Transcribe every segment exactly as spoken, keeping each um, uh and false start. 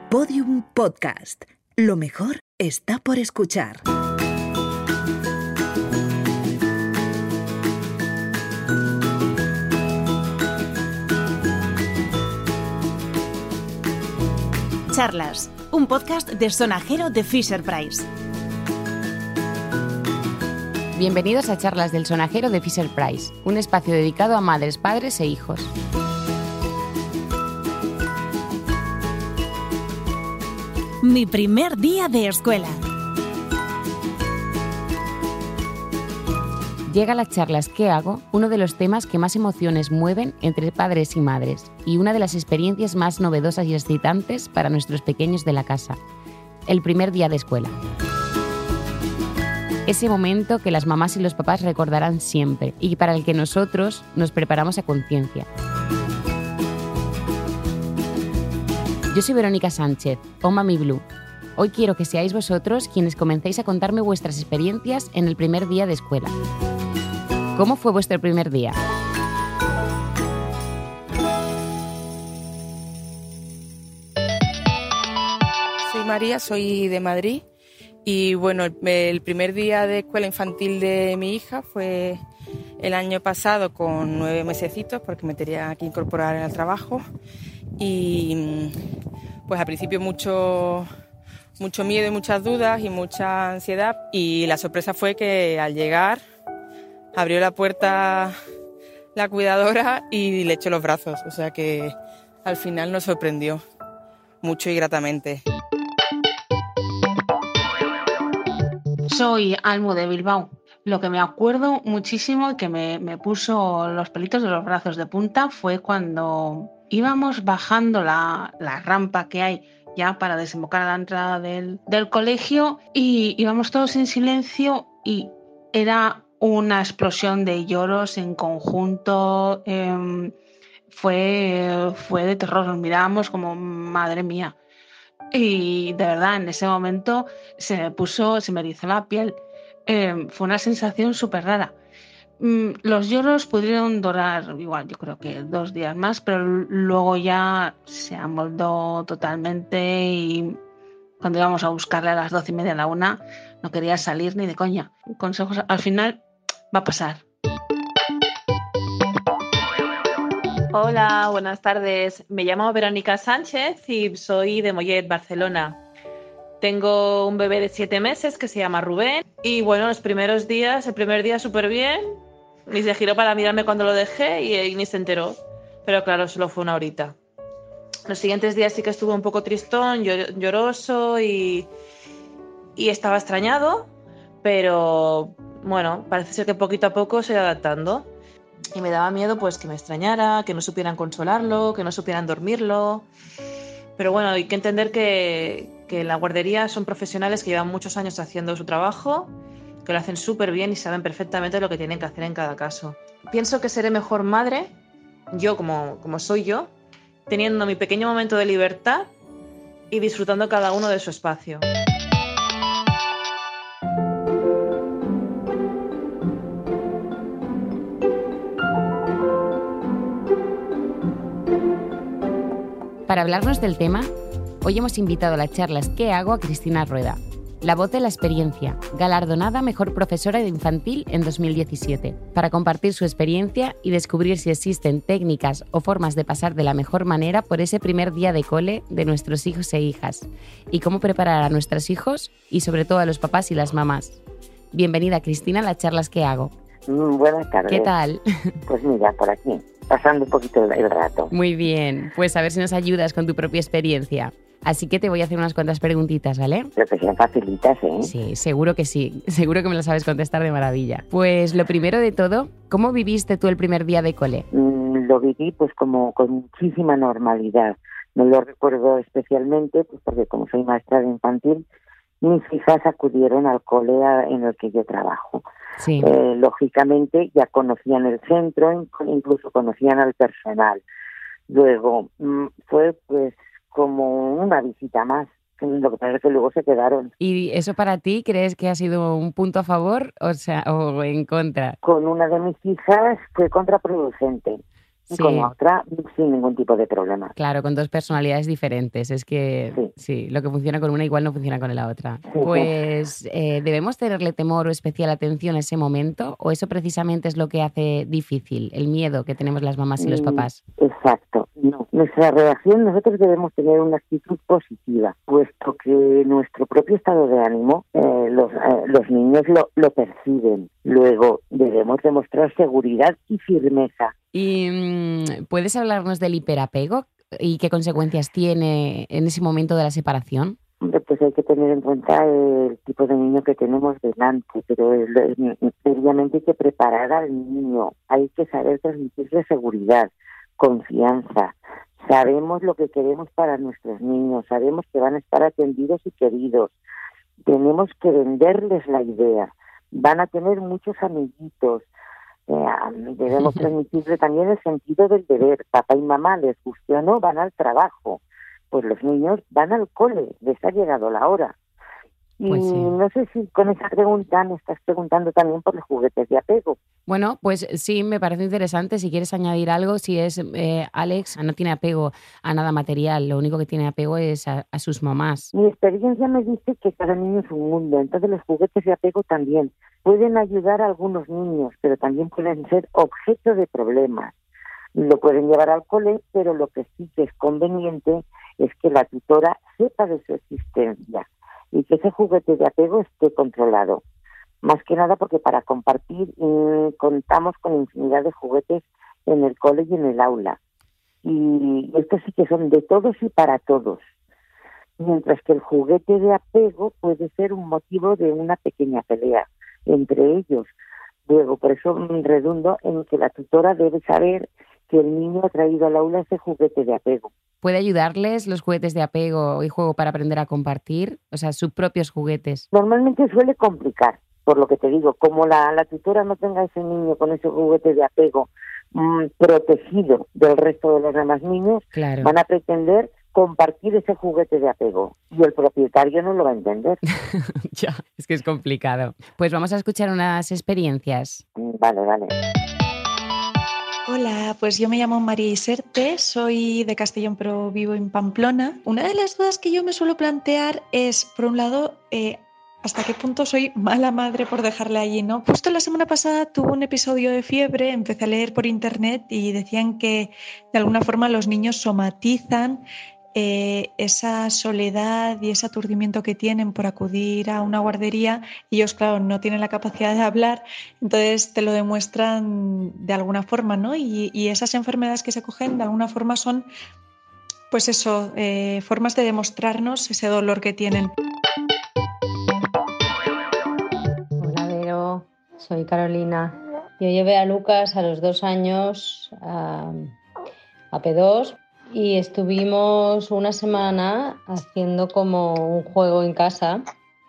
Podium Podcast. Lo mejor está por escuchar. Charlas, un podcast de Sonajero de Fisher-Price. Bienvenidos a Charlas del Sonajero de Fisher-Price, un espacio dedicado a madres, padres e hijos. Mi primer día de escuela. Llega a las charlas ¿Qué hago?, uno de los temas que más emociones mueven entre padres y madres y una de las experiencias más novedosas y excitantes para nuestros pequeños de la casa, el primer día de escuela. Ese momento que las mamás y los papás recordarán siempre y para el que nosotros nos preparamos a conciencia. Yo soy Verónica Sánchez, o Mami Blue. Hoy quiero que seáis vosotros quienes comencéis a contarme vuestras experiencias en el primer día de escuela. ¿Cómo fue vuestro primer día? Soy María, soy de Madrid y bueno, el, el primer día de escuela infantil de mi hija fue el año pasado con nueve mesecitos porque me tenía que incorporar en el trabajo y pues al principio mucho, mucho miedo y muchas dudas y mucha ansiedad y la sorpresa fue que al llegar abrió la puerta la cuidadora y le echó los brazos, o sea que al final nos sorprendió mucho y gratamente. Soy Almu de Bilbao. Lo que me acuerdo muchísimo y que me, me puso los pelitos de los brazos de punta fue cuando íbamos bajando la, la rampa que hay ya para desembocar a la entrada del, del colegio y íbamos todos en silencio y era una explosión de lloros en conjunto. Eh, fue, fue de terror, nos mirábamos como madre mía. Y de verdad, en ese momento se me puso, se me erizó la piel. Eh, fue una sensación súper rara. Mm, los lloros pudieron durar igual, yo creo que dos días más, pero luego ya se amoldó totalmente y cuando íbamos a buscarle a las doce y media a la una no quería salir ni de coña. Consejos, al final va a pasar. Hola, buenas tardes. Me llamo Verónica Sánchez y soy de Mollet, Barcelona. Tengo un bebé de siete meses que se llama Rubén y bueno, los primeros días, el primer día súper bien, ni se giró para mirarme cuando lo dejé y, y ni se enteró, pero claro, solo fue una horita. Los siguientes días sí que estuvo un poco tristón, lloroso y, y estaba extrañado, pero bueno, parece ser que poquito a poco se iba adaptando. Y me daba miedo pues que me extrañara, que no supieran consolarlo, que no supieran dormirlo. Pero bueno, hay que entender que, que en la guardería son profesionales que llevan muchos años haciendo su trabajo, que lo hacen súper bien y saben perfectamente lo que tienen que hacer en cada caso. Pienso que seré mejor madre, yo como, como soy yo, teniendo mi pequeño momento de libertad y disfrutando cada uno de su espacio. Para hablarnos del tema, hoy hemos invitado a las charlas ¿Qué hago? A Cristina Rueda, la voz de la experiencia, galardonada Mejor Profesora de Infantil en dos mil diecisiete, para compartir su experiencia y descubrir si existen técnicas o formas de pasar de la mejor manera por ese primer día de cole de nuestros hijos e hijas, y cómo preparar a nuestros hijos y sobre todo a los papás y las mamás. Bienvenida, Cristina, a las charlas ¿Qué hago? Mm, buenas tardes. ¿Qué tal? Pues mira, por aquí, pasando un poquito el, el rato. Muy bien, pues a ver si nos ayudas con tu propia experiencia. Así que te voy a hacer unas cuantas preguntitas, ¿vale? Pero que sean facilitas, ¿eh? Sí, seguro que sí. Seguro que me lo sabes contestar de maravilla. Pues lo primero de todo, ¿cómo viviste tú el primer día de cole? Mm, lo viví pues como con muchísima normalidad. No lo recuerdo especialmente pues porque como soy maestra de infantil, mis hijas acudieron al cole a, en el que yo trabajo. Sí. Eh, lógicamente ya conocían el centro, incluso conocían al personal. Luego mm, fue pues como una visita más. Lo que pasa es que luego se quedaron. ¿Y eso para ti crees que ha sido un punto a favor o sea o en contra? Con una de mis hijas fue contraproducente. y Sí. con la otra sin ningún tipo de problema. Claro, con dos personalidades diferentes. Es que Sí. sí, lo que funciona con una igual no funciona con la otra. Sí, sí. Pues, eh, ¿debemos tenerle temor o especial atención a ese momento? ¿O eso precisamente es lo que hace difícil, el miedo que tenemos las mamás y los Mm, papás? Exacto, no. Nuestra reacción, nosotros debemos tener una actitud positiva, puesto que nuestro propio estado de ánimo, eh, los, eh, los niños lo, lo perciben. Luego debemos demostrar seguridad y firmeza. ¿Y mm, puedes hablarnos del hiperapego y qué consecuencias tiene en ese momento de la separación? Hombre, pues hay que tener en cuenta el tipo de niño que tenemos delante, pero es- es- previamente hay que preparar al niño, hay que saber transmitirle seguridad, confianza. Sabemos lo que queremos para nuestros niños, sabemos que van a estar atendidos y queridos. Tenemos que venderles la idea. Van a tener muchos amiguitos. Eh, debemos transmitirle también el sentido del deber. Papá y mamá, les guste o no, van al trabajo. Pues los niños van al cole, les ha llegado la hora. Y Pues sí. no sé si con esa pregunta me estás preguntando también por los juguetes de apego. Bueno, pues sí, me parece interesante. Si quieres añadir algo, si es eh, Alex, no tiene apego a nada material, lo único que tiene apego es a, a sus mamás. Mi experiencia me dice que cada niño es un mundo, entonces los juguetes de apego también pueden ayudar a algunos niños, pero también pueden ser objeto de problemas. Lo pueden llevar al cole, pero lo que sí que es conveniente es que la tutora sepa de su existencia y que ese juguete de apego esté controlado. Más que nada porque para compartir eh, contamos con infinidad de juguetes en el cole y en el aula. Y estos sí que son de todos y para todos. Mientras que el juguete de apego puede ser un motivo de una pequeña pelea entre ellos. Luego, por eso redundo en que la tutora debe saber que el niño ha traído al aula ese juguete de apego. ¿Puede ayudarles los juguetes de apego y juego para aprender a compartir? O sea, sus propios juguetes. Normalmente suele complicar, por lo que te digo, como la, la tutora no tenga ese niño con ese juguete de apego mmm, protegido del resto de los demás niños, Claro. van a pretender compartir ese juguete de apego y el propietario no lo va a entender. Ya, es que es complicado. Pues vamos a escuchar unas experiencias. Vale, vale. Hola, pues yo me llamo María Iserte, soy de Castellón pero vivo en Pamplona. Una de las dudas que yo me suelo plantear es, por un lado, eh, ¿hasta qué punto soy mala madre por dejarle allí, no? Justo la semana pasada tuve un episodio de fiebre, empecé a leer por internet y decían que de alguna forma los niños somatizan eh, esa soledad y ese aturdimiento que tienen por acudir a una guardería. Y ellos, claro, no tienen la capacidad de hablar, entonces te lo demuestran de alguna forma, ¿no? Y, y esas enfermedades que se cogen de alguna forma son, pues eso, eh, formas de demostrarnos ese dolor que tienen. Hola Vero, soy Carolina. Yo llevé a Lucas a los dos años a, a P dos y estuvimos una semana haciendo como un juego en casa,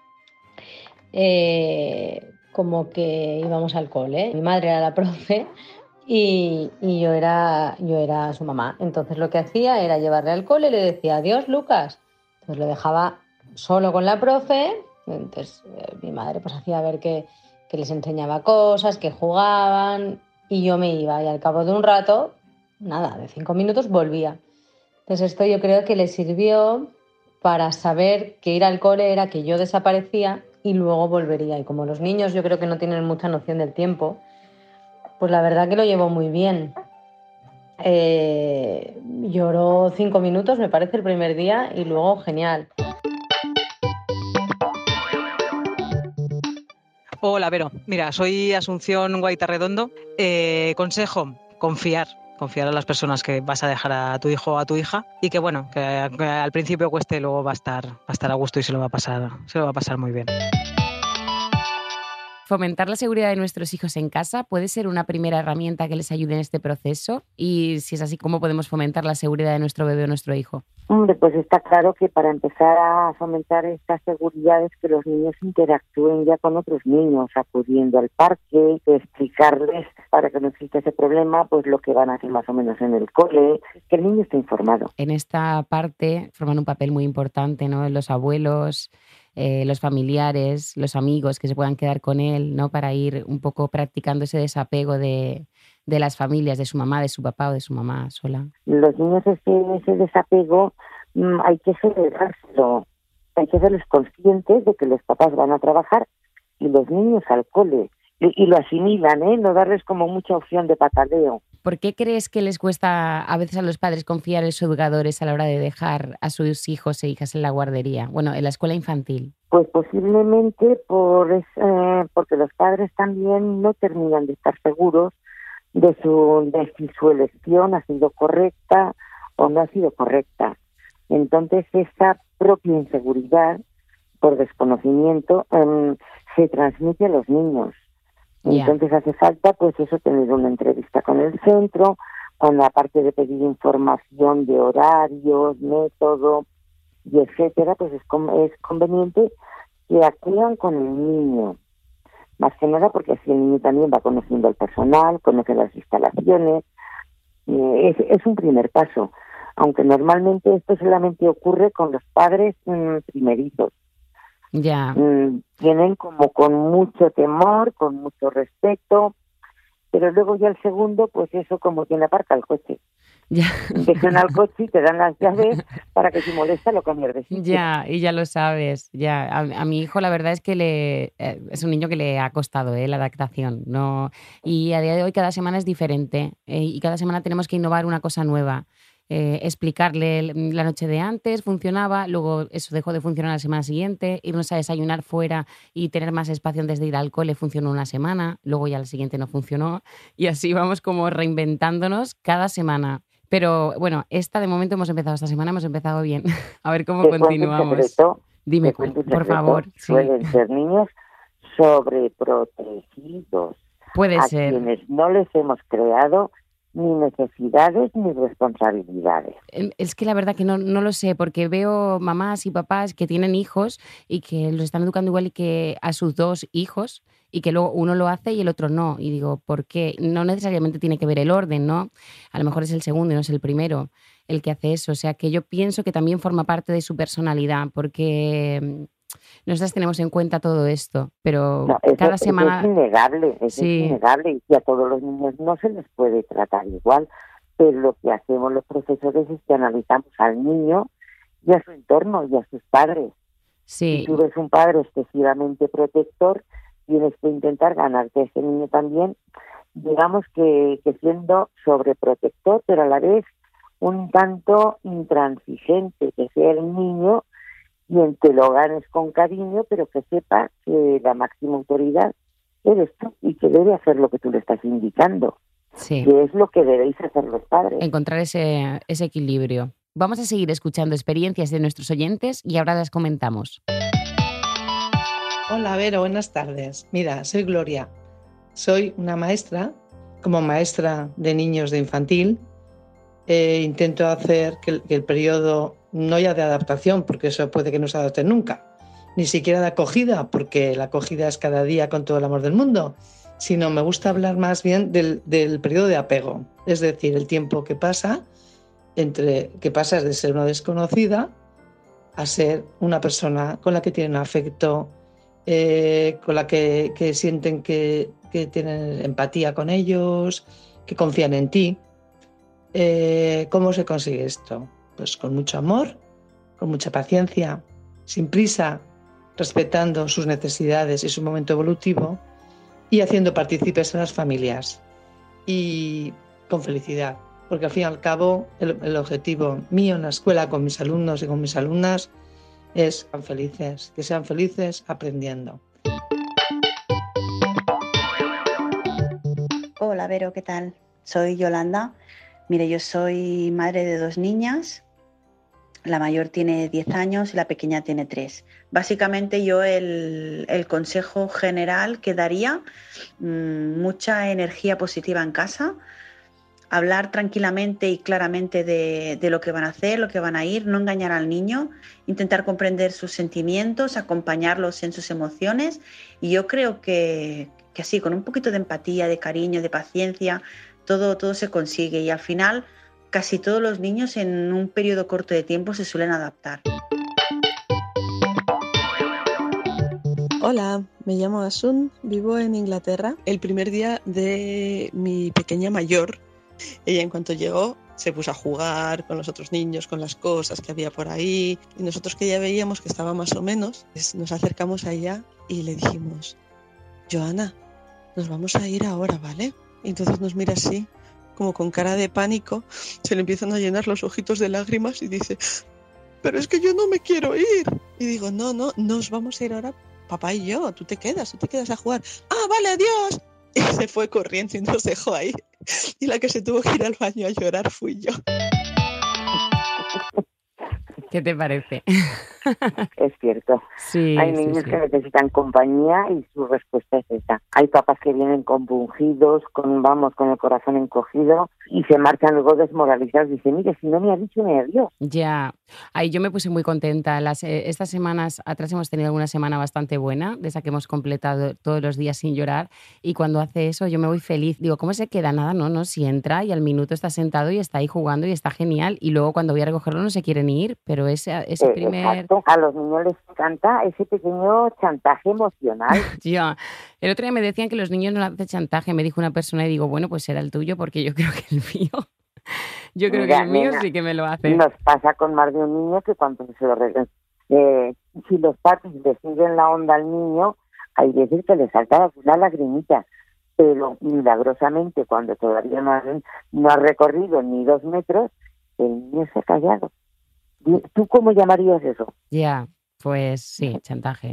eh, como que íbamos al cole. Mi madre era la profe y, y yo, era, yo era su mamá. Entonces lo que hacía era llevarle al cole y le decía, adiós Lucas. Entonces lo dejaba solo con la profe. Entonces eh, mi madre pues hacía ver que, que les enseñaba cosas, que jugaban y yo me iba y al cabo de un rato, nada, de cinco minutos volvía. Entonces esto yo creo que le sirvió para saber que ir al cole era que yo desaparecía y luego volvería. Y como los niños yo creo que no tienen mucha noción del tiempo, pues la verdad que lo llevó muy bien. Eh, lloró cinco minutos, me parece, el primer día y luego genial. Hola, Vero. Mira, soy Asunción Guaitarredondo. Eh, consejo, confiar. Confiar a las personas que vas a dejar a tu hijo o a tu hija y que, bueno, que, que al principio cueste, luego va a estar, va a estar a gusto y se lo va a pasar, se lo va a pasar muy bien. Fomentar la seguridad de nuestros hijos en casa puede ser una primera herramienta que les ayude en este proceso y si es así, ¿cómo podemos fomentar la seguridad de nuestro bebé o nuestro hijo? Hombre, pues está claro que para empezar a fomentar esta seguridad es que los niños interactúen ya con otros niños, acudiendo al parque, explicarles para que no exista ese problema, pues lo que van a hacer más o menos en el cole, que el niño esté informado. En esta parte forman un papel muy importante, ¿no? Los abuelos, eh, los familiares, los amigos que se puedan quedar con él, ¿no? Para ir un poco practicando ese desapego de, de las familias, de su mamá, de su papá o de su mamá sola. Los niños ese, ese desapego mmm, hay que celebrarlo, hay que hacerles conscientes de que los papás van a trabajar y los niños al cole, y, y lo asimilan, ¿eh? No darles como mucha opción de pataleo. ¿Por qué crees que les cuesta a veces a los padres confiar en sus educadores a la hora de dejar a sus hijos e hijas en la guardería, bueno, en la escuela infantil? Pues posiblemente por eh, porque los padres también no terminan de estar seguros de su de si su elección ha sido correcta o no ha sido correcta. Entonces esa propia inseguridad por desconocimiento eh, se transmite a los niños. Yeah. Entonces hace falta pues eso, tener una entrevista con el centro, con la parte de pedir información de horarios, método y etcétera, pues es, con, es conveniente que acudan con el niño, más que nada porque así el niño también va conociendo al personal, conoce las instalaciones, eh, es, es un primer paso, aunque normalmente esto solamente ocurre con los padres mmm, primerizos. Ya. Mm, tienen como con mucho temor, con mucho respeto, pero luego ya el segundo, pues eso como quien aparca el coche. Ya. Dejan al coche y te dan las llaves para que si molesta lo cambies de sitio. Ya, y ya lo sabes. Ya. A, a mi hijo la verdad es que le eh, es un niño que le ha costado eh, la adaptación, ¿no? Y a día de hoy cada semana es diferente eh, y cada semana tenemos que innovar una cosa nueva. Eh, explicarle la noche de antes, funcionaba, luego eso dejó de funcionar la semana siguiente, irnos a desayunar fuera y tener más espacio antes de ir al cole funcionó una semana, luego ya la siguiente no funcionó y así vamos como reinventándonos cada semana. Pero bueno, esta de momento hemos empezado esta semana, hemos empezado bien. A ver cómo Te continuamos. Cuento un secreto, Dime, te cuento un por secreto, favor. Sí. Suelen ser niños sobreprotegidos. Puede a ser. quienes no les hemos creado ni necesidades ni responsabilidades. Es que la verdad que no, no lo sé, porque veo mamás y papás que tienen hijos y que los están educando igual que a sus dos hijos y que luego uno lo hace y el otro no. Y digo, ¿por qué? No necesariamente tiene que ver el orden, ¿no? A lo mejor es el segundo y no es el primero el que hace eso. O sea, que yo pienso que también forma parte de su personalidad, porque nosotras tenemos en cuenta todo esto, pero no, eso, cada semana... Eso es innegable, eso sí. es innegable, y a todos los niños no se les puede tratar igual, pero lo que hacemos los profesores es que analizamos al niño y a su entorno y a sus padres. Sí. Si tú ves un padre excesivamente protector, tienes que intentar ganarte a ese niño también, digamos que, que siendo sobreprotector, pero a la vez un tanto intransigente, que sea el niño quien te lo ganes con cariño, pero que sepa que la máxima autoridad eres tú y que debe hacer lo que tú le estás indicando, sí. que es lo que debéis hacer los padres. Encontrar ese, ese equilibrio. Vamos a seguir escuchando experiencias de nuestros oyentes y ahora las comentamos. Hola, Vero, buenas tardes. Mira, soy Gloria. Soy una maestra, como maestra de niños de infantil. Eh, intento hacer que el, que el periodo, no ya de adaptación, porque eso puede que no se adapte nunca, ni siquiera de acogida, porque la acogida es cada día con todo el amor del mundo, sino me gusta hablar más bien del, del periodo de apego, es decir, el tiempo que pasa entre que pasas de ser una desconocida a ser una persona con la que tienen afecto, eh, con la que, que sienten que, que tienen empatía con ellos, que confían en ti. Eh, ¿Cómo se consigue esto? Pues con mucho amor, con mucha paciencia, sin prisa, respetando sus necesidades y su momento evolutivo y haciendo partícipes a las familias y con felicidad, porque al fin y al cabo el, el objetivo mío en la escuela con mis alumnos y con mis alumnas es que sean felices, que sean felices aprendiendo. Hola Vero, ¿qué tal? Soy Yolanda. Mire, yo soy madre de dos niñas, la mayor tiene diez años y la pequeña tiene tres. Básicamente yo el, el consejo general que daría, mmm, mucha energía positiva en casa, hablar tranquilamente y claramente de, de lo que van a hacer, lo que van a ir, no engañar al niño, intentar comprender sus sentimientos, acompañarlos en sus emociones y yo creo que, que así, con un poquito de empatía, de cariño, de paciencia, Todo, todo se consigue y al final casi todos los niños en un periodo corto de tiempo se suelen adaptar. Hola, me llamo Asun, vivo en Inglaterra. El primer día de mi pequeña mayor, ella en cuanto llegó se puso a jugar con los otros niños, con las cosas que había por ahí, y nosotros que ya veíamos que estaba más o menos, pues nos acercamos a ella y le dijimos: Joana, nos vamos a ir ahora, ¿vale? Y entonces nos mira así, como con cara de pánico, se le empiezan a llenar los ojitos de lágrimas y dice: pero es que yo no me quiero ir. Y digo: no, no, nos vamos a ir ahora, papá y yo, tú te quedas, tú te quedas a jugar. Ah, vale, adiós. Y se fue corriendo y nos dejó ahí. Y la que se tuvo que ir al baño a llorar fui yo. ¿Qué te parece? Es cierto. Sí, Hay sí, niños sí. que necesitan compañía y su respuesta es esa. Hay papás que vienen compungidos, con, vamos, con el corazón encogido y se marchan luego desmoralizados. Dicen: mire, si no me ha dicho ni adiós. Ya, ahí yo me puse muy contenta. Las, eh, estas semanas atrás hemos tenido alguna semana bastante buena, de esa que hemos completado todos los días sin llorar, y cuando hace eso yo me voy feliz. Digo, ¿cómo se queda? Nada, no, no, si entra y al minuto está sentado y está ahí jugando y está genial, y luego cuando voy a recogerlo no se quiere ni ir, pero ese, ese Eh, primer... Exacto. A los niños les encanta ese pequeño chantaje emocional. Ya, el otro día me decían que los niños no hacen chantaje, me dijo una persona y digo, bueno, pues será el tuyo porque yo creo que el mío, yo creo Mira, que el mío nena, sí que me lo hace. Nos pasa con más de un niño que cuando se lo re- eh, si los padres le siguen la onda al niño, hay veces que le salta la lagrimita, pero milagrosamente cuando todavía no ha, no ha recorrido ni dos metros, el niño se ha callado. ¿Tú cómo llamarías eso? Ya, pues sí, chantaje.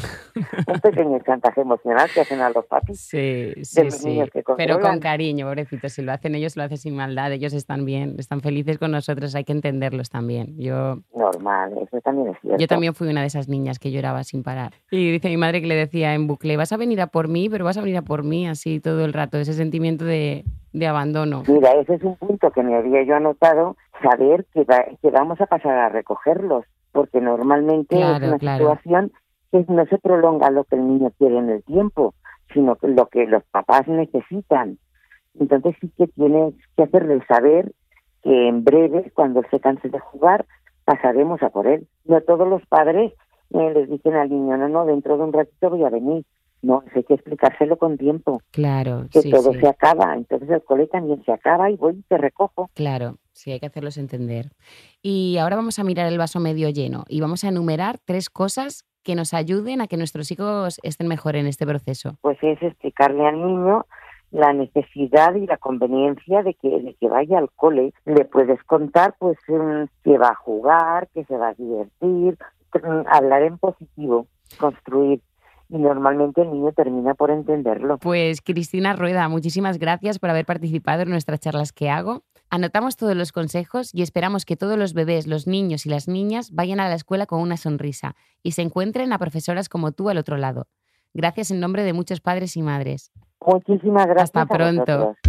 Un pequeño chantaje emocional que hacen a los papis. Sí, de sí, los sí. niños que Pero con controlan. cariño, pobrecito. Si lo hacen ellos, lo hacen sin maldad. Ellos están bien, están felices con nosotros. Hay que entenderlos también. Yo, Normal, eso también es cierto. yo también fui una de esas niñas que lloraba sin parar. Y dice mi madre que le decía en bucle, vas a venir a por mí, pero vas a venir a por mí, así todo el rato. Ese sentimiento de, de abandono. Mira, ese es un punto que me había yo anotado, saber que, va, que vamos a pasar a recogerlos, porque normalmente Claro, es una claro. situación que no se prolonga lo que el niño quiere en el tiempo, sino que lo que los papás necesitan. Entonces sí que tienes que hacerle saber que en breve, cuando él se canse de jugar, pasaremos a por él. No todos los padres eh, les dicen al niño: no, no, dentro de un ratito voy a venir. No, hay que explicárselo con tiempo, Claro, que sí, todo sí. se acaba. Entonces el cole también se acaba y voy y te recojo. Claro, sí, hay que hacerlos entender. Y ahora vamos a mirar el vaso medio lleno y vamos a enumerar tres cosas que nos ayuden a que nuestros hijos estén mejor en este proceso. Pues es explicarle al niño la necesidad y la conveniencia de que, de que vaya al cole. Le puedes contar pues mm, que va a jugar, que se va a divertir, mm, hablar en positivo, construir. Y normalmente el niño termina por entenderlo. Pues Cristina Rueda, muchísimas gracias por haber participado en nuestras charlas que hago. Anotamos todos los consejos y esperamos que todos los bebés, los niños y las niñas vayan a la escuela con una sonrisa y se encuentren a profesoras como tú al otro lado. Gracias en nombre de muchos padres y madres. Muchísimas gracias. Hasta pronto. A vosotros.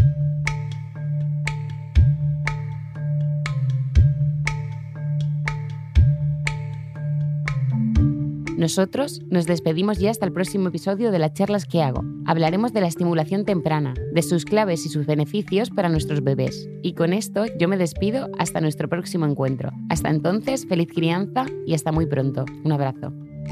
Nosotros nos despedimos ya hasta el próximo episodio de las charlas que hago. Hablaremos de la estimulación temprana, de sus claves y sus beneficios para nuestros bebés. Y con esto yo me despido hasta nuestro próximo encuentro. Hasta entonces, feliz crianza y hasta muy pronto. Un abrazo.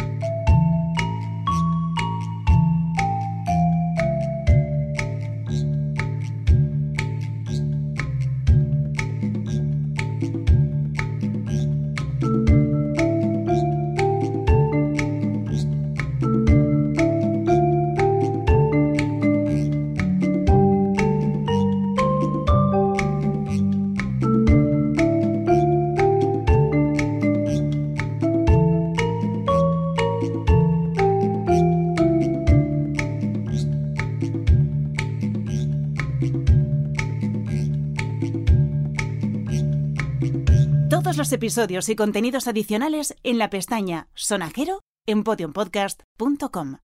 Todos los episodios y contenidos adicionales en la pestaña Sonajero en podium podcast punto com.